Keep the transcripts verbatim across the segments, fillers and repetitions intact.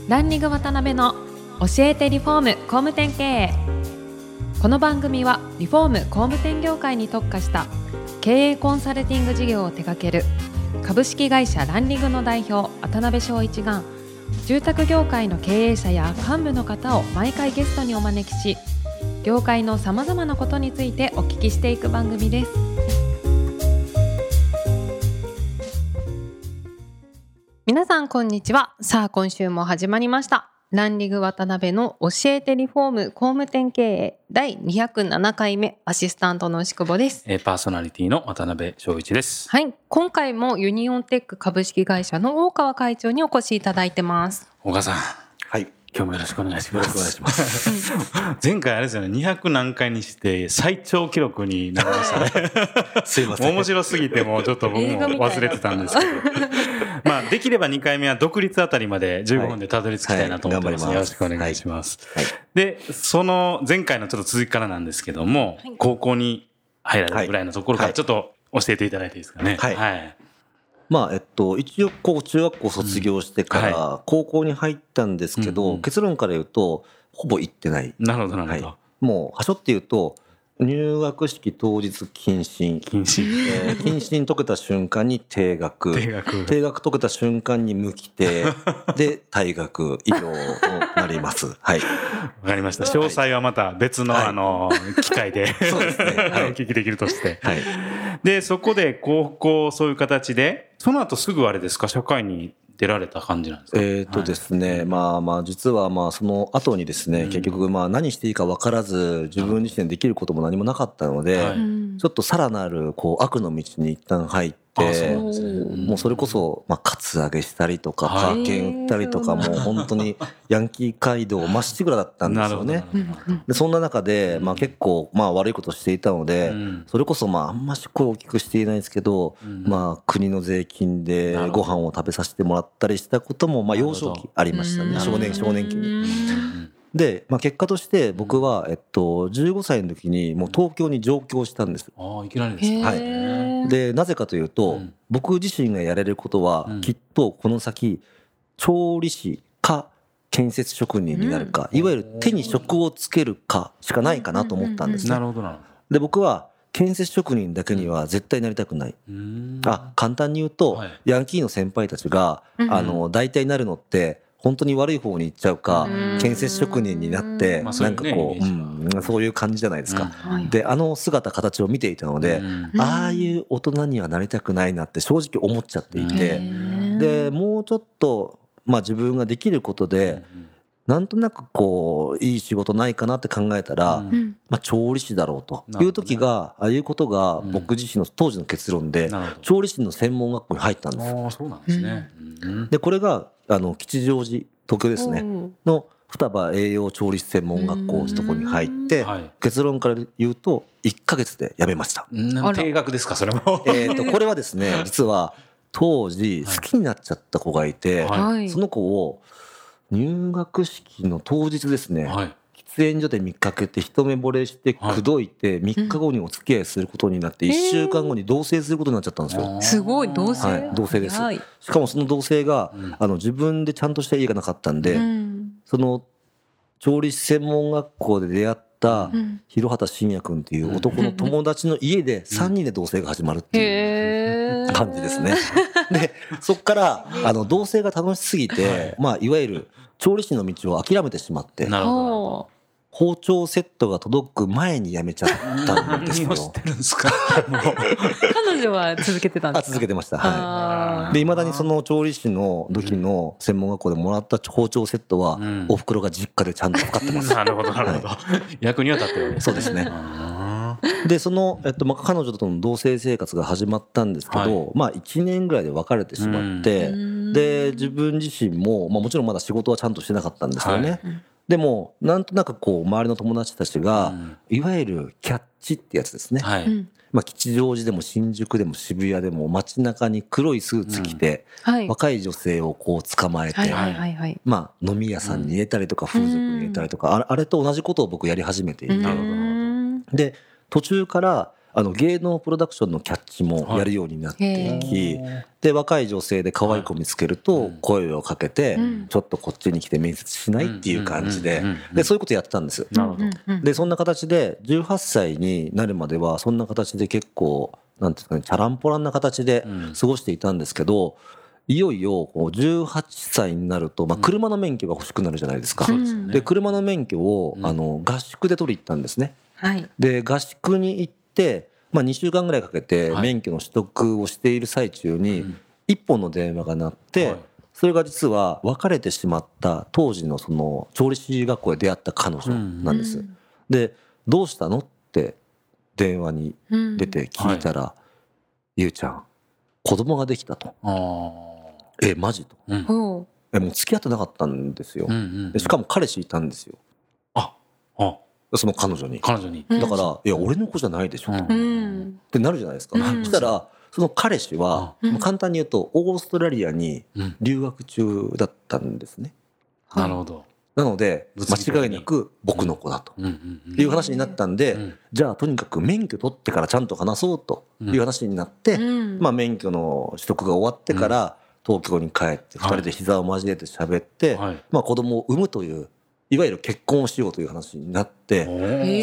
ランリング渡辺の教えてリフォーム工務店経営。この番組はリフォーム工務店業界に特化した経営コンサルティング事業を手掛ける株式会社ランリングの代表渡辺翔一が、住宅業界の経営者や幹部の方を毎回ゲストにお招きし、業界のさまざまなことについてお聞きしていく番組です。皆さんこんにちは。さあ今週も始まりましたランリング渡辺の教えてリフォーム工務店経営だいにひゃくななかいめ、アシスタントの牛久保です。 パーソナリティの渡辺翔一です。 はい、今回もユニオンテック株式会社の大川会長にお越しいただいてます。 大川さん、 はい、 今日もよろしくお願いします。 よろしくお願いします前回あれですよね、にひゃく何回にして最長記録になりましたねすいません、 面白すぎてもうちょっと僕も忘れてたんですけどまあできればにかいめは独立あたりまでじゅうごふんでたどり着きたいなと思ってます、はいはい、よろしくお願いします、はいはい、でその前回のちょっと続きからなんですけども、はい、高校に入られるぐらいのところからちょっと教えていただいていいですかね。 はい、はい、まあえっと、一応こう中学校卒業してから高校に入ったんですけど、うんはい、結論から言うとほぼ行ってない。 なるほどなるほど、はい、 もうはしょって言うと入学式当日謹慎謹慎、 えー、謹慎解けた瞬間に定額定額定額解けた瞬間に無期定で退学以上となりますはい、 わかりました。詳細はまた別の、はい、あの機会でそうですね、はい、お聞きできるとして、はい、でそこで高校そういう形でその後すぐあれですか、社会に出られた感じなんですか。 えーとですね、はい、まあまあ実はまあその後にですね、うん、結局まあ何していいか分からず自分自身でできることも何もなかったので、はい、ちょっとさらなるこう悪の道に一旦入って、もうそれこそまあカツアゲしたりとかカーケン売ったりとか、もう本当にヤンキー街道まっしぐらだったんですよね。でそんな中でまあ結構まあ悪いことしていたので、それこそまああんまし声を大きくしていないんですけど、まあ国の税金でご飯を食べさせてもらったりしたこともまあ幼少期ありましたね。少年少年期に。で、まあ、結果として僕は、えっと、じゅうごさいの時にもう東京に上京したんです。 ああ、いきなりですか。 はい。で、なぜかというと、うん、僕自身がやれることは、きっとこの先、調理師か建設職人になるか、うん、いわゆる手に職をつけるかしかないかなと思ったんですね。 なるほどなるほど。 で、僕は建設職人だけには絶対なりたくない。うん、あ、簡単に言うと、はい、ヤンキーの先輩たちが、あの、大体なるのって、本当に悪い方に行っちゃうか、建設職人になってなんかこう、うん、そういう感じじゃないですか、うん、であの姿形を見ていたので、うん、ああいう大人にはなりたくないなって正直思っちゃっていて、でもうちょっと、まあ、自分ができることでなんとなくこういい仕事ないかなって考えたら、うんまあ、調理師だろうという時が、ああいうことが僕自身の当時の結論で、調理師の専門学校に入ったんです。 あ、そうなんですね。 でこれがあの吉祥寺東京ですねの双葉栄養調理師専門学校というところに入って、結論から言うといっかげつで辞めました。 定額ですかそれもえーとこれはですね、実は当時好きになっちゃった子がいて、その子を入学式の当日ですね、はい、喫煙所で見かけて一目惚れして口説いてみっかごにお付き合いすることになっていっしゅうかんごに同棲することになっちゃったんですよ。 すごい同棲、 はい、同棲です。しかもその同棲が、うん、あの自分でちゃんとした家がなかったんで、うん、その調理師専門学校で出会った広畑信也君っていう男の友達の家でさんにんで同棲が始まるっていう感じですね。でそっからあの同棲が楽しすぎて、まあ、いわゆる調理師の道を諦めてしまって、 なるほど、 包丁セットが届く前に辞めちゃったんですよ。 何を知ってるんですか彼女は続けてたんですか。 あ、続けてました。はい。で未だにその調理師の時の専門学校でもらった包丁セットは、うん、お袋が実家でちゃんと使ってます。 なるほどなるほど、はい、役には立ってるわけですね。 そうですね。でその、えっとまあ、彼女との同棲生活が始まったんですけど、はい、まあ、いちねんぐらいで別れてしまって、うん、で自分自身も、まあ、もちろんまだ仕事はちゃんとしてなかったんですよね、はい、でもなんとなくこう周りの友達たちが、うん、いわゆるキャッチってやつですね、はい、まあ、吉祥寺でも新宿でも渋谷でも街中に黒いスーツ着て、うんはい、若い女性をこう捕まえて、はいはいはい、まあ、飲み屋さんに入れたりとか、風俗に入れたりとか、あれ、あれと同じことを僕やり始めていて、で途中からあの芸能プロダクションのキャッチもやるようになっていき、はい、で若い女性で可愛い子見つけると声をかけて、うん、ちょっとこっちに来て面接しないっていう感じで、でそういうことやってたんです。なるほど。でそんな形でじゅうはっさいになるまではそんな形で結構なんていうかね、チャランポランな形で過ごしていたんですけど、いよいよじゅうはっさいになると、まあ、車の免許が欲しくなるじゃないですか。うん、で車の免許をあの合宿で取り行ったんですね。はい、で合宿に行って、まあ、にしゅうかんぐらいかけて免許の取得をしている最中にいっぽんの電話が鳴って、それが実は別れてしまった当時のその調理師学校で出会った彼女なんです。うん、でどうしたのって電話に出て聞いたら、うんはい、ゆうちゃん子供ができたと。えマジと、うん、えもう付き合ってなかったんですよ。うんうんうん、しかも彼氏いたんですよ。ああその彼女に彼女にだからいや俺の子じゃないでしょ、うん、ってなるじゃないですか。うん、そしたらその彼氏は、うん、簡単に言うとオーストラリアに留学中だったんですね。 うん、なるほど。 なので間違いなく僕の子だという話になったんで、じゃあとにかく免許取ってからちゃんと話そうという話になって、まあ免許の取得が終わってから東京に帰ってふたりで膝を交えて喋って、まあ子供を産むといういわゆる結婚をしようという話になって、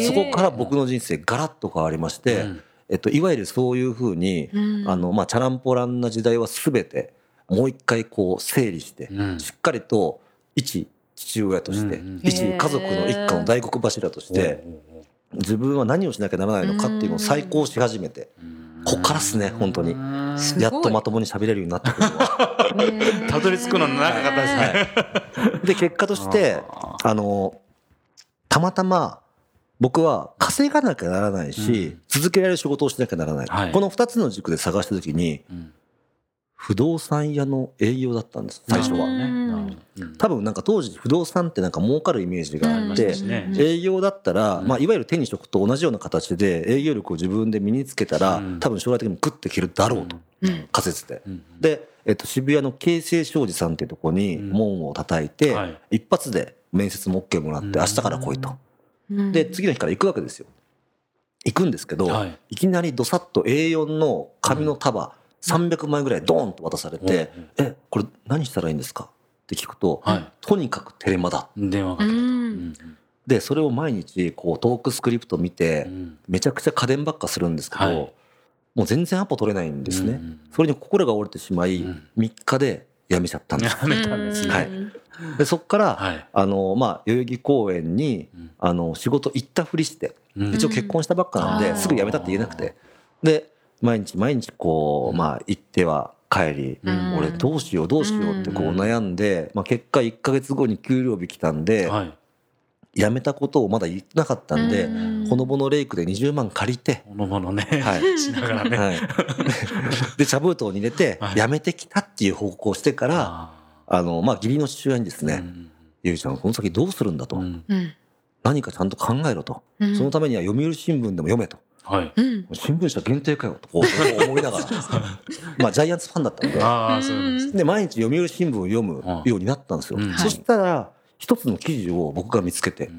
そこから僕の人生ガラッと変わりまして、えっといわゆるそういうふうにあのまあチャランポランな時代は全てもう一回こう整理してしっかりと一父親として一家族の一家の大黒柱として自分は何をしなきゃならないのかっていうのを再考し始めて、こっからっすね本当にやっとまともに喋れるようになったことはたどり着くの長かったですね。 はい、で結果としてあのたまたま僕は稼がなきゃならないし、続けられる仕事をしなきゃならない、はい、このふたつの軸で探した時に、うん不動産屋の営業だったんです最初は。多分なんか当時不動産ってなんか儲かるイメージがあって、営業だったらまあいわゆる手に職と同じような形で営業力を自分で身につけたら多分将来的に食っていけるだろうと仮説で。でえっと渋谷の京成商事さんっていうところに門を叩いて一発で面接も OK もらって明日から来いと。で次の日から行くわけですよ。行くんですけどいきなりどさっと エーよん の紙の束さんびゃくまいぐらいドーンと渡されて、うん、えこれ何したらいいんですかって聞くと、はい、とにかくテレマだ電話かけると、うん、 でそれを毎日こうトークスクリプト見て、うん、めちゃくちゃ家電ばっかするんですけど、はい、もう全然アポ取れないんですね、うん、それに心が折れてしまい、うん、みっかで辞めちゃったんです。 辞めたんですね、 はい、でそっから、はい、あのまあ代々木公園に、うん、あの仕事行ったふりして、うん、一応結婚したばっかなんで、うん、すぐ辞めたって言えなくてで毎日毎日こうまあ行っては帰り、うん、俺どうしようどうしようってこう悩んで、まあ、結果いっかげつごに給料日来たんで、はい、辞めたことをまだ言ってなかったんで、ほのぼのレイクでにじゅうまん借りてほのぼのね、はい、しながらね、はい、 で茶封筒に入れて辞めてきたっていう報告をしてから、はい、あのまあ義理の父親にですね、ゆうちゃんこの先どうするんだと、うん、何かちゃんと考えろと、うん、そのためには読売新聞でも読めと。はい、新聞社限定かよとこう思いながらまあジャイアンツファンだったので、あそうですで毎日読売新聞を読むようになったんですよ、うん、そしたら一つの記事を僕が見つけて、うん、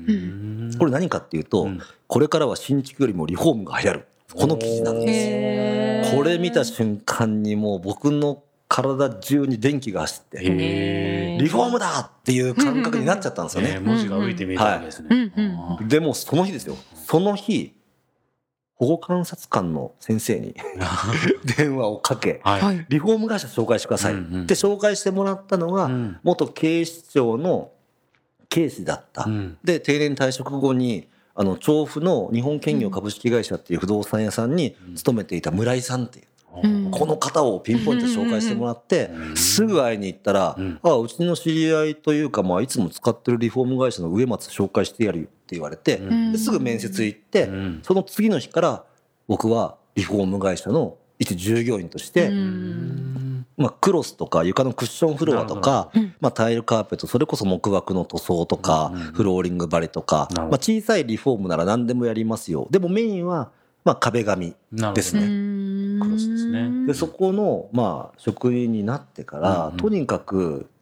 これ何かっていうと、うん、これからは新築よりもリフォームが流行るこの記事なんです。これ見た瞬間にもう僕の体中に電気が走ってリフォームだっていう感覚になっちゃったんですよね。 文字が浮いて見えたわけですね、 はい、でもその日ですよその日保護観察官の先生に電話をかけ、はい、リフォーム会社紹介してくださいって紹介してもらったのが元警視庁の警視だった、うん、で定年退職後にあの調布の日本建業株式会社っていう不動産屋さんに勤めていた村井さんっていう、うん、この方をピンポイントで紹介してもらって、うん、すぐ会いに行ったら、うん、あうちの知り合いというか、まあ、いつも使ってるリフォーム会社の植松紹介してやるよって言われて、うん、ですぐ面接行って、うん、その次の日から僕はリフォーム会社の一従業員として、うんまあ、クロスとか床のクッションフロアとか、まあ、タイルカーペットそれこそ木枠の塗装とか、うん、フローリング張りとか、まあ、小さいリフォームなら何でもやりますよ。でもメインはまあ壁紙ですね。 クロスですね。 でそこのまあ職人になってから、うん、とにかく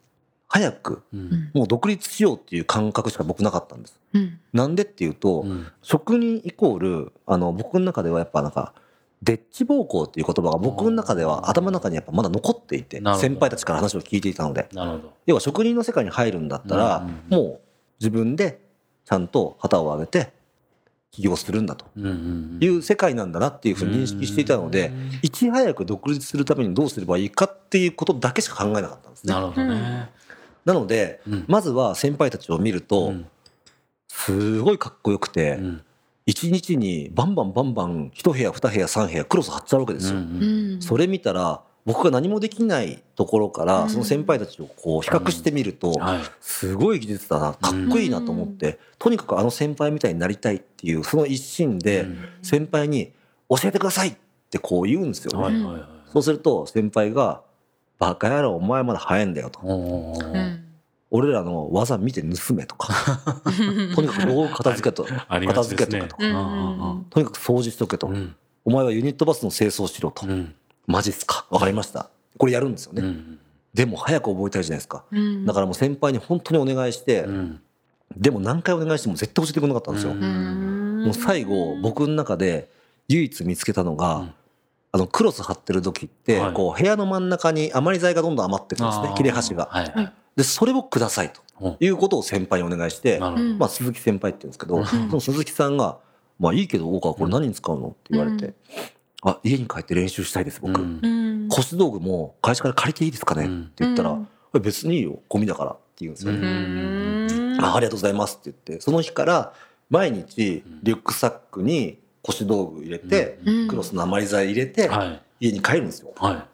早くもう独立しようっていう感覚しか僕なかったんです、うん、なんでっていうと、うん、職人イコールあの僕の中ではやっぱなんかデッチ暴行っていう言葉が僕の中では頭の中にやっぱまだ残っていて、先輩たちから話を聞いていたので、なるほど、要は職人の世界に入るんだったら、うんうんうん、もう自分でちゃんと旗を上げて起業するんだという世界なんだなっていうふうに認識していたので、いち早く独立するためにどうすればいいかっていうことだけしか考えなかったんですね。 なるほどね。 なので、うん、まずは先輩たちを見ると、うん、すごいかっこよくて、うん、いちにちにバンバンバンバンいち部屋に部屋さん部屋クロス張っちゃうわけですよ、うんうん、それ見たら僕が何もできないところからその先輩たちをこう比較してみると、すごい技術だな、かっこいいなと思って、とにかくあの先輩みたいになりたいっていうその一心で先輩に教えてくださいってこう言うんですよ、はいはいはい、そうすると先輩がバカ野郎お前まだ早いんだよと、俺らの技見て盗めとかとにかく道具片付けと片付けとかとか、とにかく掃除しとけと、お前はユニットバスの清掃しろと、マジっすか、分かりました、これやるんですよね、うん、でも早く覚えたいじゃないですか、うん、だからもう先輩に本当にお願いして、うん、でも何回お願いしても絶対教えてくれなかったんですよ、うん、もう最後僕の中で唯一見つけたのが、うん、あのクロス張ってる時ってこう部屋の真ん中に余り材がどんどん余ってるんですね、切れ端が、はいはい、でそれをくださいということを先輩にお願いして、まあ、鈴木先輩って言うんですけど、うん、その鈴木さんがまあいいけど大川これ何に使うのって言われて、うんあ家に帰って練習したいです僕、うん、腰道具も会社から借りていいですかね、うん、って言ったら、うん、別にいいよゴミだからって言うんですよね、うん、あ, ありがとうございますって言ってその日から毎日リュックサックに腰道具入れて、うん、クロスの余り材入れて、はい、家に帰るんですよ、はい、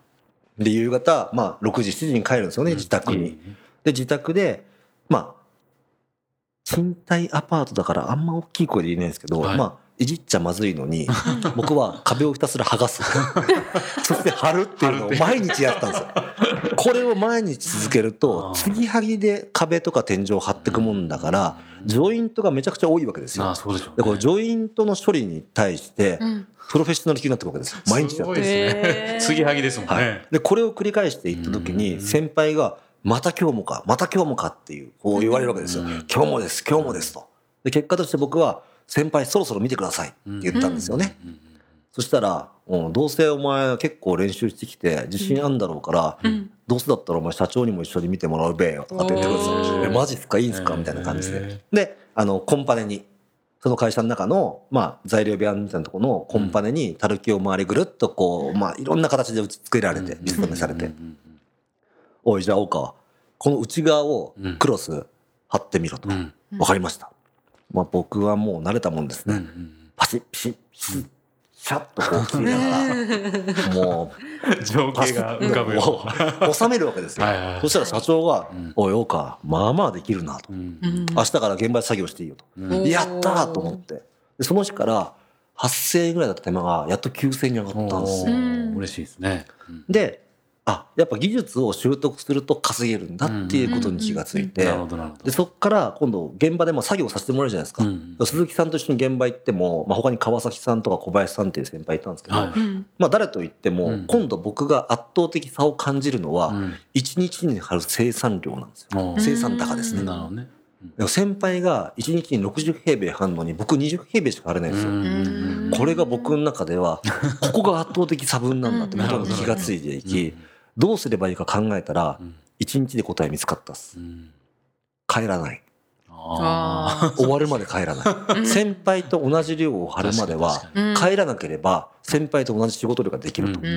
で夕方、まあ、ろくじしちじに帰るんですよね、うん、自宅に、うん、で自宅でまあ賃貸アパートだからあんま大きい声で言えないんですけど、はい、まあいじっちゃまずいのに僕は壁をひたすら剥がすそして貼るっていうのを毎日やったんですよ。これを毎日続けると継ぎはぎで壁とか天井を貼っていくもんだからジョイントがめちゃくちゃ多いわけですよ。ああそうでしょうね。でこれジョイントの処理に対してプロフェッショナル級になってるわけですよ。毎日やってるんですね。継ぎはぎですもんね、はい、でこれを繰り返していった時に先輩がまた今日もかまた今日もかっていうこう言われるわけですよ。今日もです今日もですと。で結果として僕は先輩そろそろ見てくださいって言ったんですよね、うんうんうん、そしたら、うん、どうせお前結構練習してきて自信あんだろうから、うん、どうせだったらお前社長にも一緒に見てもらうべよとかって言ってくるんですよ。えマジっすかいいんすかみたいな感じでであのコンパネにその会社の中の、まあ、材料部屋みたいなところのコンパネにたるきを回りぐるっとこう、まあ、いろんな形で打ち付けられて見せ止めされて、おいじゃあ大川この内側をクロス貼ってみろと、うん、分かりました、まあ、僕はもう慣れたもんですね、うんうん、パシッピシッシッシャッとこう切りながらもう情景が浮かぶよう収めるわけですよ。はいはいはい、そしたら社長が、うん、おい大川まあまあできるなと、うん、明日から現場で作業していいよと、うん、やったーと思ってでその日からはっせんえんぐらいだった手間がやっときゅうせんえんに上がったんですよ。 嬉しいですね、うん、であやっぱ技術を習得すると稼げるんだっていうことに気がついて、でそこから今度現場でも作業させてもらえるじゃないですか、うんうん、鈴木さんと一緒に現場行っても、まあ、他に川崎さんとか小林さんっていう先輩いたんですけど、はいまあ、誰と言っても今度僕が圧倒的差を感じるのはいちにちに貼る生産量なんですよ、うん、生産高ですね。なるほどね。先輩がいちにちにろくじゅうへいべい貼るのに僕にじゅうへいべいしか貼れないんですよ。これが僕の中ではここが圧倒的差分なんだってことに気がついていきどうすればいいか考えたらいちにちで答え見つかったっす。帰らない。あ終わるまで帰らない先輩と同じ量を貼るまでは帰らなければ先輩と同じ仕事量ができると、うん、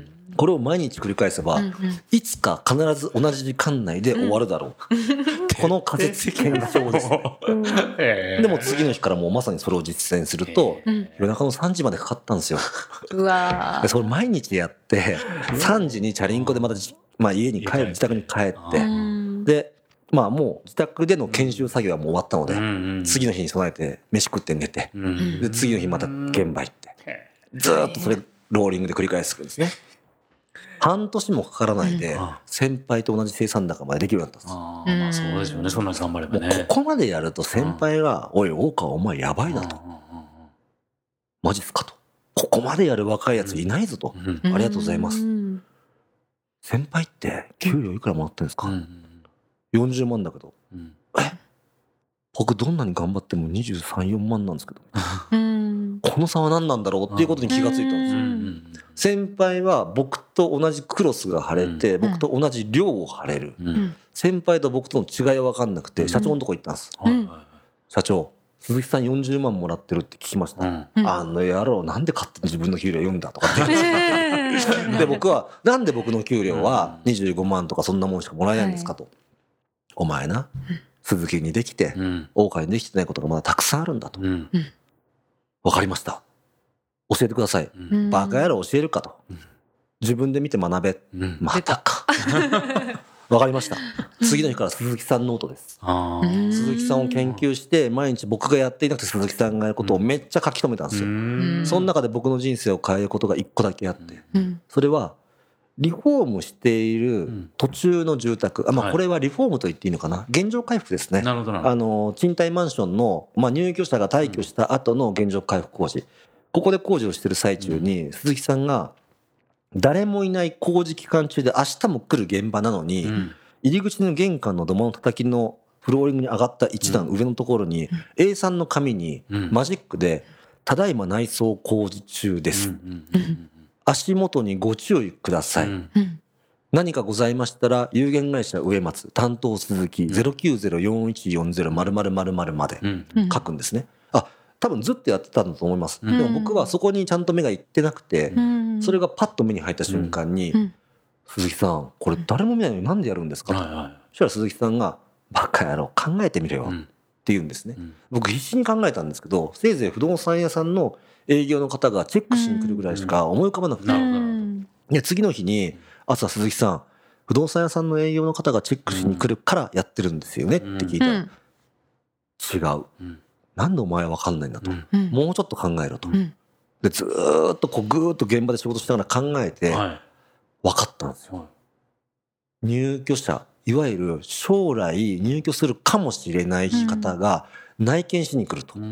これを毎日繰り返せば、うん、いつか必ず同じ時間内で終わるだろう、うん、この仮説検証ですね、えー、でも次の日からもうまさにそれを実践すると、うん、夜中のさんじまでかかったんですよ。うわでそれ毎日やってさんじにチャリンコでまた、まあ、家に帰る自宅に帰ってでまあもう自宅での研修作業はもう終わったので、うんうん、次の日に備えて飯食って寝て、うん、で次の日また現場行ってずーっとそれローリングで繰り返すんですね。半年もかからないで先輩と同じ生産高までできるようになったんです。 あまあそうですよね。そんなに頑張ればね。 もうここまでやると先輩がおい大川お前やばいなとマジっすかとここまでやる若いやついないぞと、うん、ありがとうございます。先輩って給料いくらもらってるんですか、うんよんじゅうまんだけど、 うん、 え僕どんなに頑張ってもにじゅうさん、よんまんなんですけど、 うん、 この差は何なんだろうっていうことに気がついたんですよ、うん、先輩は僕と同じクロスが貼れて、うん、僕と同じ量を貼れる、うん、先輩と僕との違いは分かんなくて、うん、社長のとこ行ったんです、うん、社長鈴木さんよんじゅうまんもらってるって聞きました、うん、あの野郎なんで勝手に自分の給料言うんだとかってで僕はなんで僕の給料はにじゅうごまんとかそんなもんしかもらえないんですかと、はい、お前な鈴木にできて、うん、大川にできてないことがまだたくさんあるんだと、うん、分かりました教えてください、うん、バカ野郎教えるかと、うん、自分で見て学べ、うん、またか分かりました次の日から鈴木さんノートです、うん、鈴木さんを研究して毎日僕がやっていなくて鈴木さんがやることをめっちゃ書き留めたんですよ、うん、その中で僕の人生を変えることが一個だけあって、うん、それはリフォームしている途中の住宅、あ、まあ、これはリフォームと言っていいのかな、現状回復ですね。なるほどなるほど。あの賃貸マンションの、まあ、入居者が退去した後の現状回復工事、ここで工事をしている最中に鈴木さんが誰もいない工事期間中で明日も来る現場なのに、入り口の玄関の土間の叩きのフローリングに上がった一段上のところに エーさん の紙にマジックでただいま内装工事中です、足元にご注意ください、うん、何かございましたら有限会社植松担当鈴木 ゼロきゅうゼロよんいちよんゼロまるまるまるまる まで書くんですね。あ、多分ずっとやってたんだと思います、うん、でも僕はそこにちゃんと目がいってなくて、うん、それがパッと目に入った瞬間に、うん、鈴木さんこれ誰も見ないのになんでやるんですかと、うん、そしたら鈴木さんがバカ野郎考えてみろよ、うん、って言うんですね、うん、僕必死に考えたんですけどせいぜい不動産屋さんの営業の方がチェックしに来るぐらいしか思い浮かばなくて、うん、で次の日に朝鈴木さん不動産屋さんの営業の方がチェックしに来るからやってるんですよねって聞いたら、うん、違う、うん、なんでお前は分かんないんだと、うん、もうちょっと考えろと、うん、でずーっとこうぐーっと現場で仕事しながら考えて分かったんですよ、はい、入居者いわゆる将来入居するかもしれない方が内見しに来ると、うん、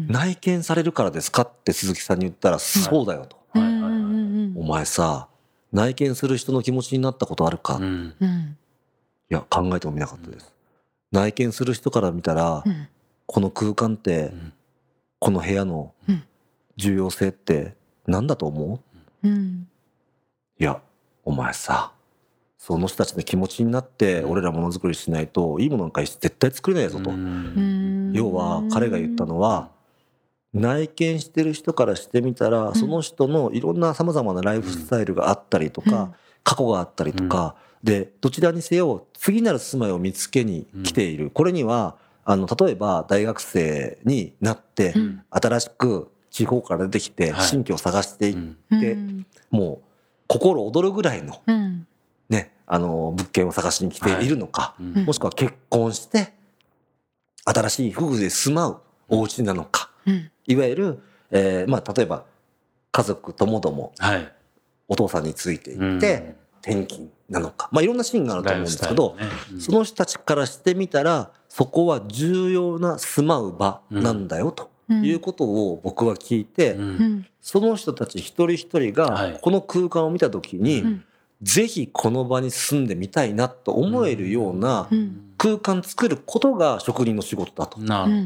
内見されるからですかって鈴木さんに言ったら、そうだよと、はいはいはいはい、お前さ内見する人の気持ちになったことあるか、うん、いや考えてもみなかったです、うん、内見する人から見たら、うん、この空間って、うん、この部屋の重要性って何だと思う、うん、いやお前さその人たちの気持ちになって俺らものづくりしないといいものなんか絶対作れないぞと、要は彼が言ったのは内見してる人からしてみたらその人のいろんなさまざまなライフスタイルがあったりとか過去があったりとかでどちらにせよ次なる住まいを見つけに来ている、これにはあの例えば大学生になって新しく地方から出てきて新居を探していってもう心躍るぐらいのね、あの物件を探しに来ているのか、はい、もしくは結婚して新しい夫婦で住まうお家なのか、うん、いわゆる、えーまあ、例えば家族ともども、はい、お父さんについていって、うん、転勤なのか、まあ、いろんなシーンがあると思うんですけど、ねうん、その人たちからしてみたらそこは重要な住まう場なんだよということを僕は聞いて、うん、その人たち一人一人がこの空間を見た時に、うんぜひこの場に住んでみたいなと思えるような空間作ることが職人の仕事だと、うん、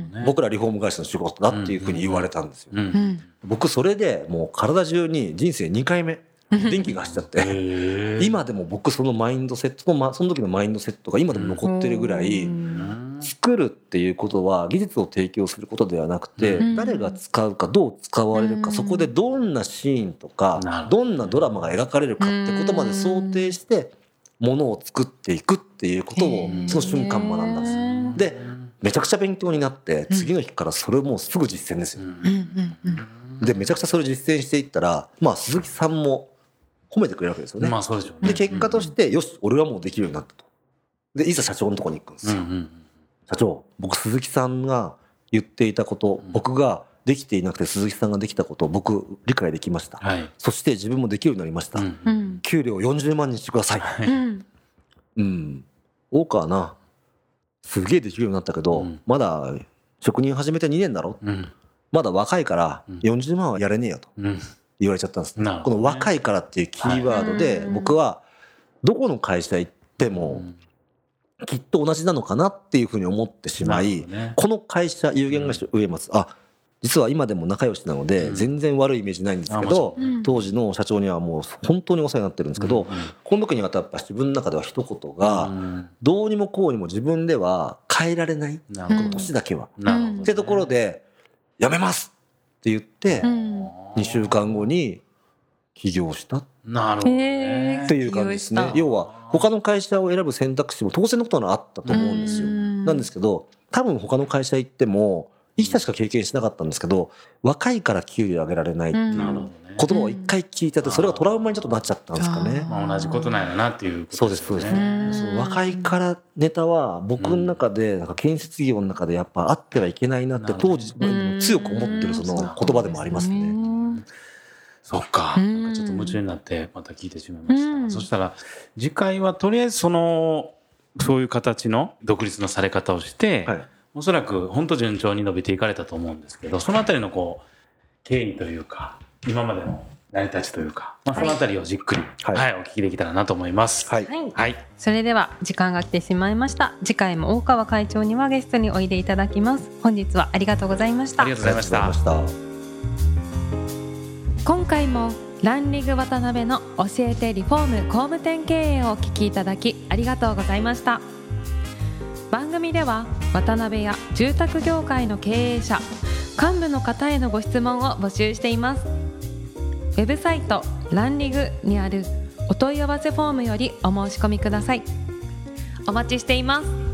僕らリフォーム会社の仕事だっていうふうに言われたんですよ、うんうん、僕それでもう体中に人生にかいめ電気が走っちゃって今でも僕そのマインドセットのその時のマインドセットが今でも残ってるぐらい作るっていうことは技術を提供することではなくて誰が使うかどう使われるかそこでどんなシーンとかどんなドラマが描かれるかってことまで想定してものを作っていくっていうことをその瞬間学んだんですよ。でめちゃくちゃ勉強になって次の日からそれをもうすぐ実践ですよ。でめちゃくちゃそれを実践していったらまあ鈴木さんも褒めてくれるわけですよね。まあそうでしょうね。で結果としてよし俺はもうできるようになったと。でいざ社長のところに行くんですよ、うんうん、社長僕鈴木さんが言っていたこと、うん、僕ができていなくて鈴木さんができたことを僕理解できました、はい、そして自分もできるようになりました、うん、給料よんじゅうまんにしてください、はい、うん大川なすげえできるようになったけど、うん、まだ職人始めてにねんだろ、うん、まだ若いからよんじゅうまんはやれねえよと、うん言われちゃったんです、ね、この若いからっていうキーワードで僕はどこの会社行ってもきっと同じなのかなっていうふうに思ってしまい、ね、この会社有限会社植松、うん、あ実は今でも仲良しなので全然悪いイメージないんですけど、うん、当時の社長にはもう本当にお世話になってるんですけど、うんうん、この時にはやっぱ自分の中では一言がどうにもこうにも自分では変えられない、この年だけは、うん、ってところでやめますって言ってにしゅうかんごに起業したっていう感じですね。要は他の会社を選ぶ選択肢も当然のことはあったと思うんですよ。なんですけど多分他の会社行ってもいち社しか経験しなかったんですけど、若いから給料上げられないっていう言葉を一回聞いてて、それがトラウマにちょっとなっちゃったんですかね。 まあ、同じことなんやなっていうことですね。 そうですそうです。その若いからネタは僕の中でなんか建設業の中でやっぱあってはいけないなって当時強く思ってるその言葉でもありますね。 そっか。なんかちょっと夢中になってまた聞いてしまいました。そしたら次回はとりあえずそのそういう形の独立のされ方をして、はい、おそらく本当順調に伸びていかれたと思うんですけど、そのあたりのこう経緯というか今までの成り立ちというか、まあ、そのあたりをじっくり、はいはい、お聞きできたらなと思います。はい、 はい、それでは時間が来てしまいました。次回も大川会長にはゲストにおいでいただきます。本日はありがとうございました。 ありがとうございました。 今回もランリング渡辺の教えてリフォーム工務店経営をお聞きいただきありがとうございました。番組では渡辺や住宅業界の経営者、幹部の方へのご質問を募集しています。ウェブサイトランリグにあるお問い合わせフォームよりお申し込みください。お待ちしています。